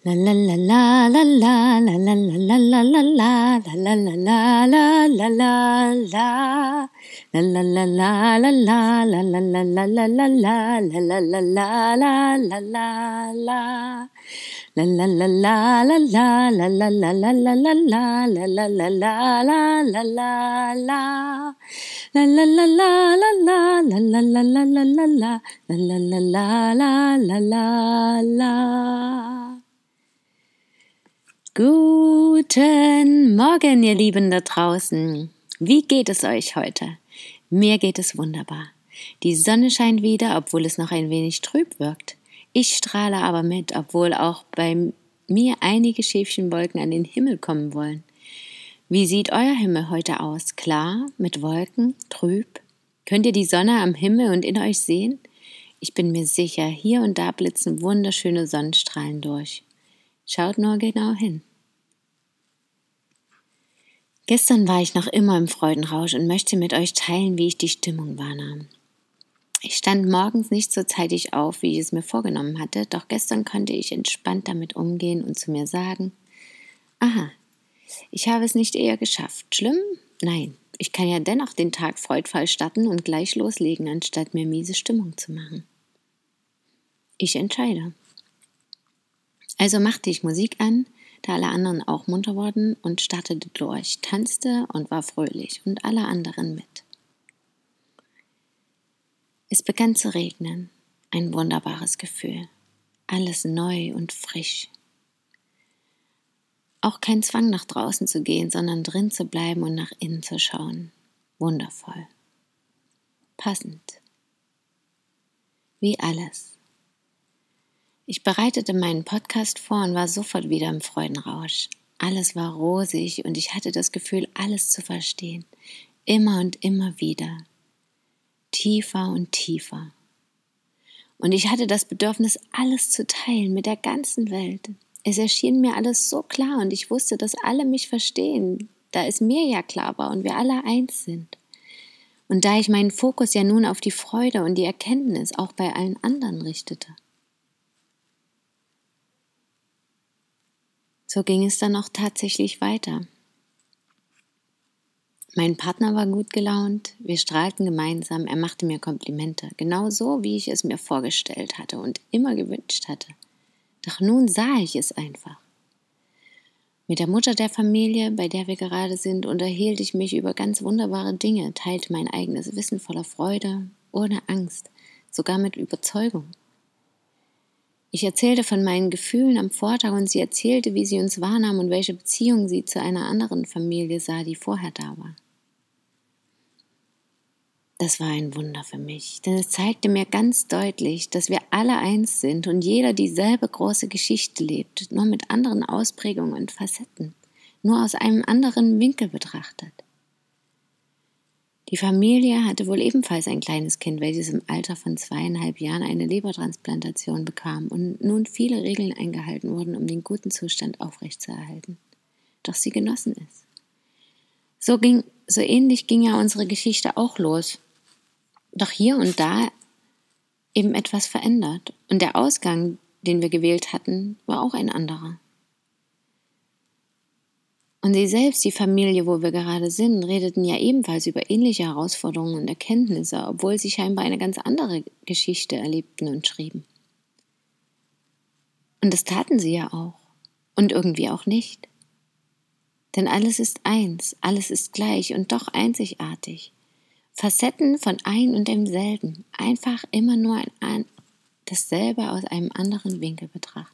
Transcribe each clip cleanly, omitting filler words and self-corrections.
La la la la la la la la la la la la la la la la la la la la. La la la la la la la la la la la la la la la la la la la la. La la la la la la la la la la la la la la la la la la la la. La la la la la la la la la la la la la la la la la. Guten Morgen, ihr Lieben da draußen. Wie geht es euch heute? Mir geht es wunderbar. Die Sonne scheint wieder, obwohl es noch ein wenig trüb wirkt. Ich strahle aber mit, obwohl auch bei mir einige Schäfchenwolken an den Himmel kommen wollen. Wie sieht euer Himmel heute aus? Klar, mit Wolken, trüb? Könnt ihr die Sonne am Himmel und in euch sehen? Ich bin mir sicher, hier und da blitzen wunderschöne Sonnenstrahlen durch. Schaut nur genau hin. Gestern war ich noch immer im Freudenrausch und möchte mit euch teilen, wie ich die Stimmung wahrnahm. Ich stand morgens nicht so zeitig auf, wie ich es mir vorgenommen hatte, doch gestern konnte ich entspannt damit umgehen und zu mir sagen, aha, ich habe es nicht eher geschafft. Schlimm? Nein, ich kann ja dennoch den Tag freudvoll starten und gleich loslegen, anstatt mir miese Stimmung zu machen. Ich entscheide. Also machte ich Musik an, da alle anderen auch munter wurden, und startete durch, tanzte und war fröhlich und alle anderen mit. Es begann zu regnen, ein wunderbares Gefühl, alles neu und frisch. Auch kein Zwang, nach draußen zu gehen, sondern drin zu bleiben und nach innen zu schauen. Wundervoll. Passend. Wie alles. Ich bereitete meinen Podcast vor und war sofort wieder im Freudenrausch. Alles war rosig und ich hatte das Gefühl, alles zu verstehen. Immer und immer wieder. Tiefer und tiefer. Und ich hatte das Bedürfnis, alles zu teilen mit der ganzen Welt. Es erschien mir alles so klar und ich wusste, dass alle mich verstehen, da es mir ja klar war und wir alle eins sind. Und da ich meinen Fokus ja nun auf die Freude und die Erkenntnis auch bei allen anderen richtete. So ging es dann auch tatsächlich weiter. Mein Partner war gut gelaunt, wir strahlten gemeinsam, er machte mir Komplimente, genau so, wie ich es mir vorgestellt hatte und immer gewünscht hatte. Doch nun sah ich es einfach. Mit der Mutter der Familie, bei der wir gerade sind, unterhielt ich mich über ganz wunderbare Dinge, teilte mein eigenes Wissen voller Freude, ohne Angst, sogar mit Überzeugung. Ich erzählte von meinen Gefühlen am Vortag und sie erzählte, wie sie uns wahrnahm und welche Beziehung sie zu einer anderen Familie sah, die vorher da war. Das war ein Wunder für mich, denn es zeigte mir ganz deutlich, dass wir alle eins sind und jeder dieselbe große Geschichte lebt, nur mit anderen Ausprägungen und Facetten, nur aus einem anderen Winkel betrachtet. Die Familie hatte wohl ebenfalls ein kleines Kind, welches im Alter von 2,5 Jahren eine Lebertransplantation bekam und nun viele Regeln eingehalten wurden, um den guten Zustand aufrechtzuerhalten. Doch sie genossen es. So ähnlich ging ja unsere Geschichte auch los. Doch hier und da eben etwas verändert. Und der Ausgang, den wir gewählt hatten, war auch ein anderer. Und sie selbst, die Familie, wo wir gerade sind, redeten ja ebenfalls über ähnliche Herausforderungen und Erkenntnisse, obwohl sie scheinbar eine ganz andere Geschichte erlebten und schrieben. Und das taten sie ja auch. Und irgendwie auch nicht. Denn alles ist eins, alles ist gleich und doch einzigartig. Facetten von ein und demselben, einfach immer nur dasselbe aus einem anderen Winkel betrachtet.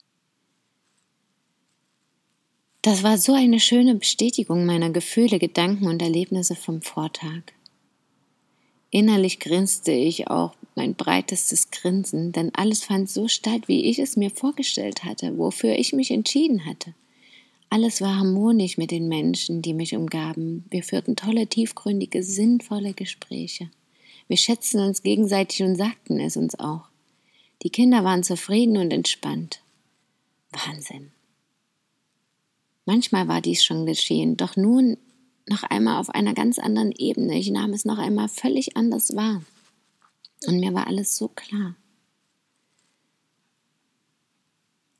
Das war so eine schöne Bestätigung meiner Gefühle, Gedanken und Erlebnisse vom Vortag. Innerlich grinste ich auch mein breitestes Grinsen, denn alles fand so statt, wie ich es mir vorgestellt hatte, wofür ich mich entschieden hatte. Alles war harmonisch mit den Menschen, die mich umgaben. Wir führten tolle, tiefgründige, sinnvolle Gespräche. Wir schätzten uns gegenseitig und sagten es uns auch. Die Kinder waren zufrieden und entspannt. Wahnsinn. Manchmal war dies schon geschehen, doch nun noch einmal auf einer ganz anderen Ebene. Ich nahm es noch einmal völlig anders wahr. Und mir war alles so klar.